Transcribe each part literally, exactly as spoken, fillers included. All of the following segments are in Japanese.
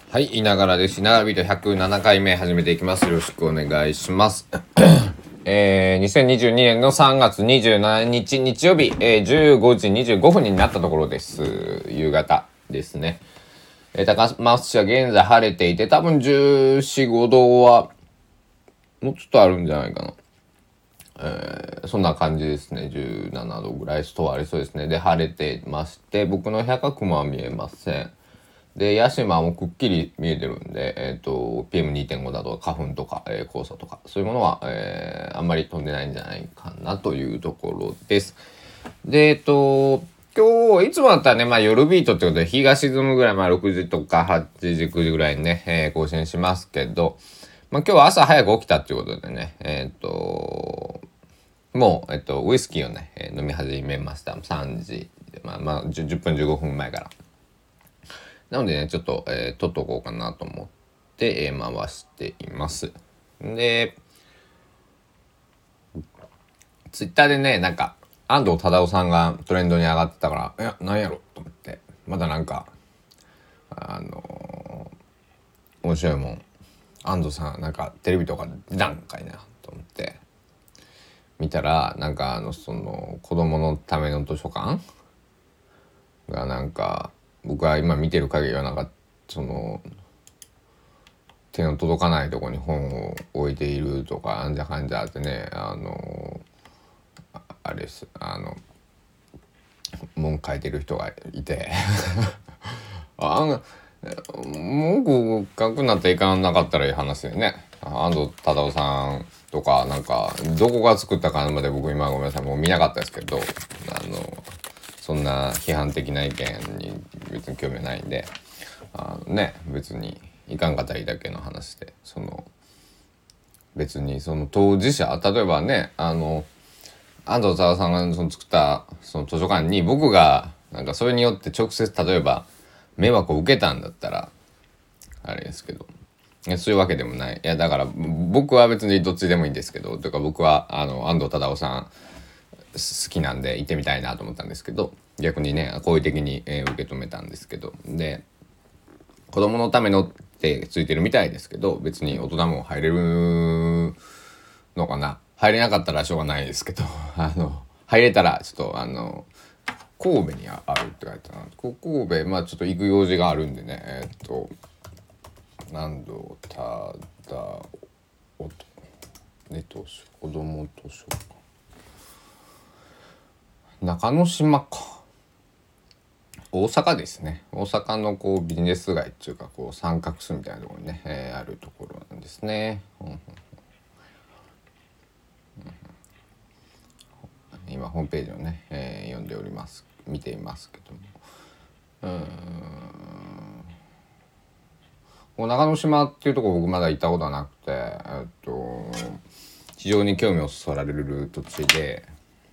はい、いながらです。いながらビートひゃくななかいめ始めていきます。よろしくお願いします。えー、にせんにじゅうにねんのさんがつにじゅうしちにち日曜日、えー、じゅうごじにじゅうごふんになったところです。夕方ですね。えー、高松市は現在晴れていて、多分じゅうよん、ごどはもうちょっとあるんじゃないかな。えー、そんな感じですね。じゅうななどぐらいストはありそうですね。で、晴れてまして、僕の部屋から雲は見えません。で、屋島もくっきり見えてるんで、えっ、ー、と、ピーエムにてんご だとか花粉とか、えー、黄砂とか、そういうものは、えー、あんまり飛んでないんじゃないかなというところです。で、えっ、ー、と、今日、いつもだったらね、まあ夜ビートってことで、日が沈むぐらい、まあろくじとかはちじ、くじぐらいにね、えー、更新しますけど、まあ今日は朝早く起きたっていうことでね、えっ、ー、と、もう、えっ、ー、と、ウイスキーをね、えー、飲み始めました。さんじ、まあまあじゅっぷんじゅうごふんまえから。なのでね、ちょっと、えー、撮っとこうかなと思って、えー、回しています。で、ツイッターでね、なんか、安藤忠雄さんがトレンドに上がってたから、いや、なんやろと思って、まだなんか、あのー、面白いもん、安藤さん、なんかテレビとか出たんかいなと思って、見たら、なんか、あの、その、子供のための図書館が、なんか、僕は今見てる限りは、なんか、その、手の届かないところに本を置いているとかあんじゃかんじゃってね、あのあれですあの文書いてる人がいてあの文句書くなっていかなかったらいい話でね。安藤忠雄さんとかなんかどこが作ったかまで僕今ごめんなさいもう見なかったですけど、あのそんな批判的な意見に別に興味はないんで、あのね別にいかんかったらいいだけの話で、その別にその当事者、例えばね、あの安藤忠さんがその作ったその図書館に僕がなんかそれによって直接例えば迷惑を受けたんだったらあれですけど、そういうわけでもない。いやだから僕は別にどっちでもいいんですけど、というか僕はあの安藤忠雄さん好きなんで行ってみたいなと思ったんですけど、逆にね好意的に、えー、受け止めたんですけど、で子供のためのってついてるみたいですけど、別に大人も入れるのかな。入れなかったらしょうがないですけどあの入れたらちょっとあの神戸にあるって書いてある。神戸まあちょっと行く用事があるんでね、えー、っと何度ただおとね図書子供図書館中之島か、大阪ですね。大阪のこうビジネス街っていうかこう三角州みたいなところにね、えー、あるところなんですね。うんうんうん、今ホームページをね、えー、読んでおります見ていますけども、うーんこう中之島っていうところ僕まだ行ったことはなくて、えっと非常に興味をそそられる土地で、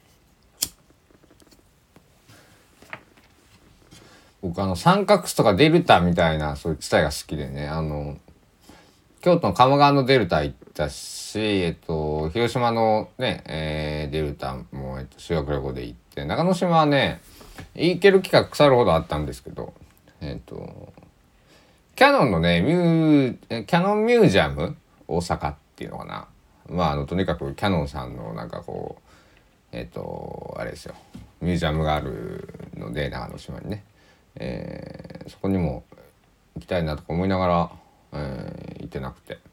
僕あの三角州とかデルタみたいなそういう地帯が好きでね、あの京都の鴨川のデルタ行ったし、えっと、広島のね、えー、デルタも、えっと、修学旅行で行って、中之島はね、行ける企画腐るほどあったんですけど、えっと、キャノンのね、ミュー、キャノンミュージアム大阪っていうのかな。まあ、あの、とにかくキャノンさんのなんかこう、えっと、あれですよ、ミュージアムがあるので、長野島にね、えー、そこにも行きたいなとか思いながら、えー、行ってなくて。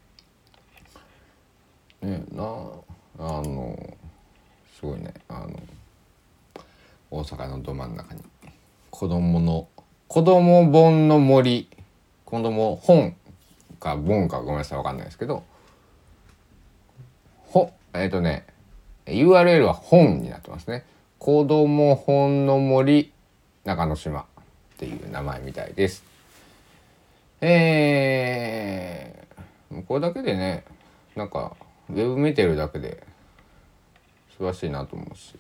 ね、なあのすごいね、あの大阪のど真ん中に子供の子供本の森、子供本か本かごめんなさい分かんないですけど、ほえっ、ー、とね ユーアールエル は本になってますね。子供本の森中之島っていう名前みたいです。えー、これだけでね、なんかウェブ見てるだけで素晴らしいなと思うし、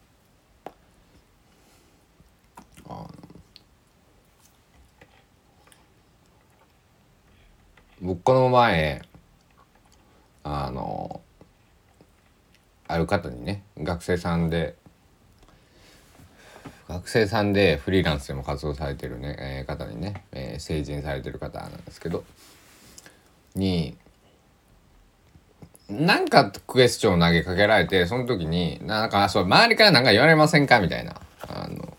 あ僕この前あのある方にね、学生さんで学生さんでフリーランスでも活動されてるね、えー、方にね、えー、成人されてる方なんですけどになんかクエスチョンを投げかけられて、その時になんかそう周りからなんか言われませんかみたいなあの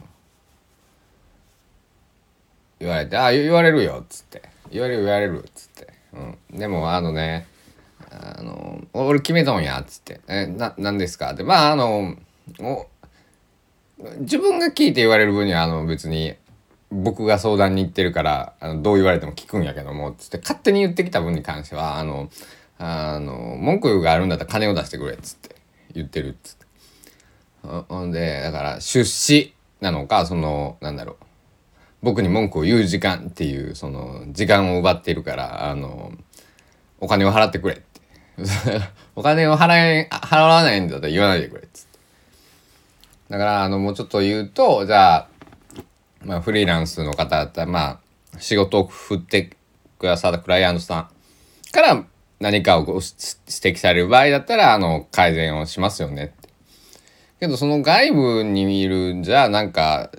言われて、あ言われるよっつって、言われる言われるっつって、うん、でもあのねあの俺決めとんやっつって、えななんですかってまああのお自分が聞いて言われる分にはあの別に僕が相談に行ってるからあのどう言われても聞くんやけどもつって勝手に言ってきた分に関してはあのあの文句があるんだったら金を出してくれっつって言ってるっつって、ほんでだから出資なのかそのなんだろう僕に文句を言う時間っていうその時間を奪っているからあのお金を払ってくれってお金を払え払わないんだったら言わないでくれっつって、だからあのもうちょっと言うとじゃあ、まあ、フリーランスの方だったらまあ仕事を振ってくださったクライアントさんから何かをご指摘される場合だったらあの改善をしますよねって。けどその外部にいるじゃあなんか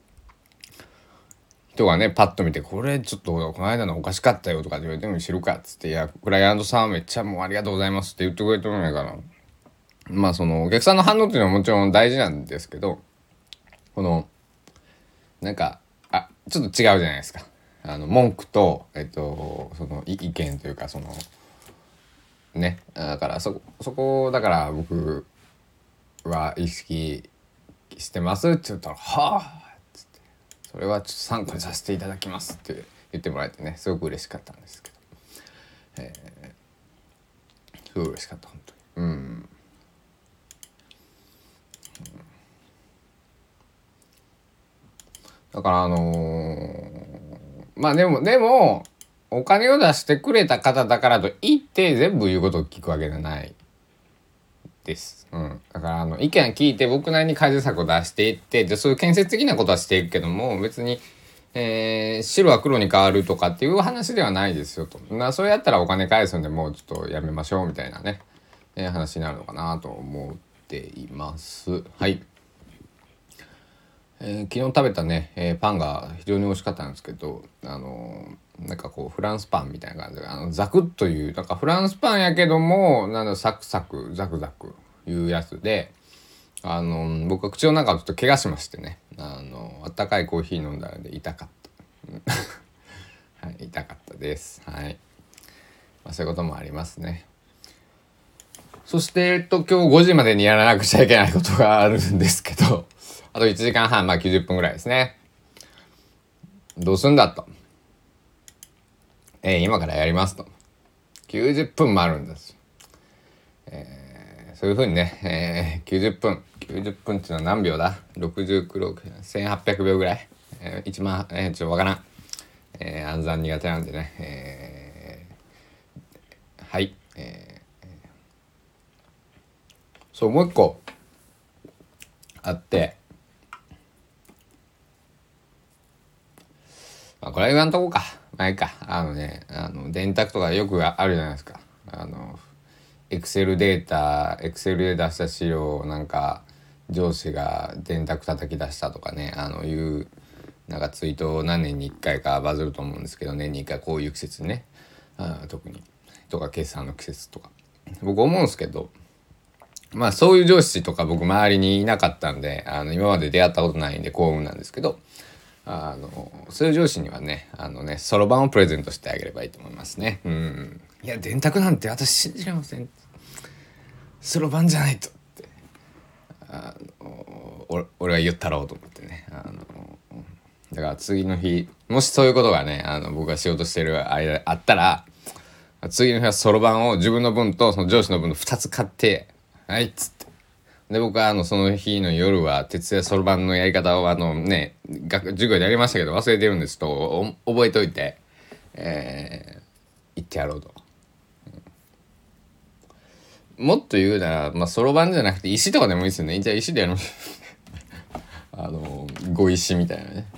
人がねパッと見てこれちょっとこの間のおかしかったよとかって言われても知るかっつって、いやクライアントさんはめっちゃもうありがとうございますって言ってくれてるんやから、まあそのお客さんの反応っていうのはもちろん大事なんですけど、このなんかあちょっと違うじゃないですか、あの文句とえっとその意見というかそのね、だからそそこだから僕は意識してますって言ったらはあっつって、それはちょっと参考にさせていただきますって言ってもらえてねすごく嬉しかったんですけど、えー、すごい嬉しかった本当に。うん、だからあのー、まあでもでもお金を出してくれた方だからと言って全部言うことを聞くわけじゃないです。うん、だからあの意見聞いて僕なりに改善策を出していってでそういう建設的なことはしていくけども別に、えー、白は黒に変わるとかっていう話ではないですよと。なそれやったらお金返すんでもうちょっとやめましょうみたいなね、えー、話になるのかなと思っています。はい。えー、昨日食べたね、えー、パンが非常に美味しかったんですけど、あのー、なんかこうフランスパンみたいな感じであのザクッというなんかフランスパンやけどもなんだサクサクザクザクいうやつで、あのー、僕は口の中をちょっと怪我しましてね、あのー、あったかいコーヒー飲んだので痛かったはい痛かったです。はい、まあ、そういうこともありますね。そして、えっと、今日ごじまでにやらなくちゃいけないことがあるんですけどあといちじかんはん、まあきゅうじゅっぷんぐらいですね。どうすんだと。えー、今からやりますと。きゅうじゅっぷんもあるんですよ。えー、そういうふうにね、えー、きゅうじゅっぷん。きゅうじゅっぷんっていうのは何秒だ ?ろくじゅうきゅう、せんはっぴゃくびょうぐらい。えー、いちまん、えー、ちょっとわからん。えー、暗算苦手なんでね。えー、はい。えー、そう、もう一個あって、まあ、これは言わんとこか。まあいいか。あのね、あの、電卓とかよくあるじゃないですか。あの、エクセルデータ、エクセルで出した資料をなんか、上司が電卓叩き出したとかね、あの、いう、なんかツイートを何年にいっかいかバズると思うんですけど、年にいっかいこういう季節にね、あ特に、とか決算の季節とか。僕思うんですけど、まあそういう上司とか僕周りにいなかったんで、あの、今まで出会ったことないんで幸運なんですけど、あのそういう上司にはねあのねそろばんをプレゼントしてあげればいいと思いますね。うん、いや電卓なんて私信じれません、そろばんじゃないとってあの俺俺は言ったろうと思ってね、あのだから次の日もしそういうことがねあの僕が仕事してる間あったら次の日はそろばんを自分の分とその上司の分のふたつ買ってはいっつってで僕はあのその日の夜は徹夜そろばんのやり方をあのね学授業でやりましたけど忘れてるんですと覚えといて、えー、言ってやろうと、うん、もっと言うならまあそろばんじゃなくて石とかでもいいですよね。じゃあ石でやるあの碁石みたいなね、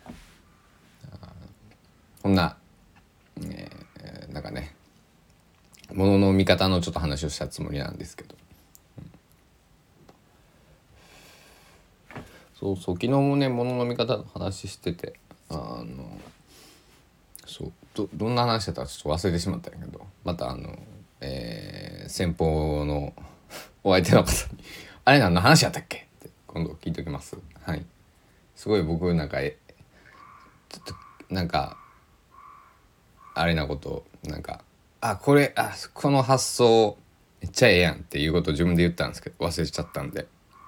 こんな、えー、なんかねものの見方のちょっと話をしたつもりなんですけど、 そうそう、昨日もね物の見方の話してて、あのそう ど, どんな話だったかちょっと忘れてしまったんやけど、またあの、えー、先方のお相手の方にあれ何の話やったっけって今度聞いておきます。はい。すごい僕なんかえちょっとなんかあれなことなんかあこれあこの発想めっちゃええやんっていうことを自分で言ったんですけど忘れちゃったんで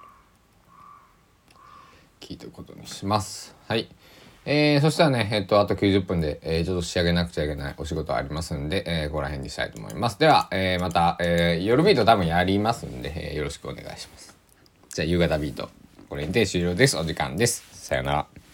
聞いてることにします。はい。えー、そしたらね、えっと、あときゅうじゅっぷんで、えー、ちょっと仕上げなくちゃいけないお仕事ありますんで、えー、ここら辺にしたいと思います。では、えー、また、えー、夜ビート多分やりますんで、えー、よろしくお願いします。じゃあ、夕方ビート、これにて終了です。お時間です。さよなら。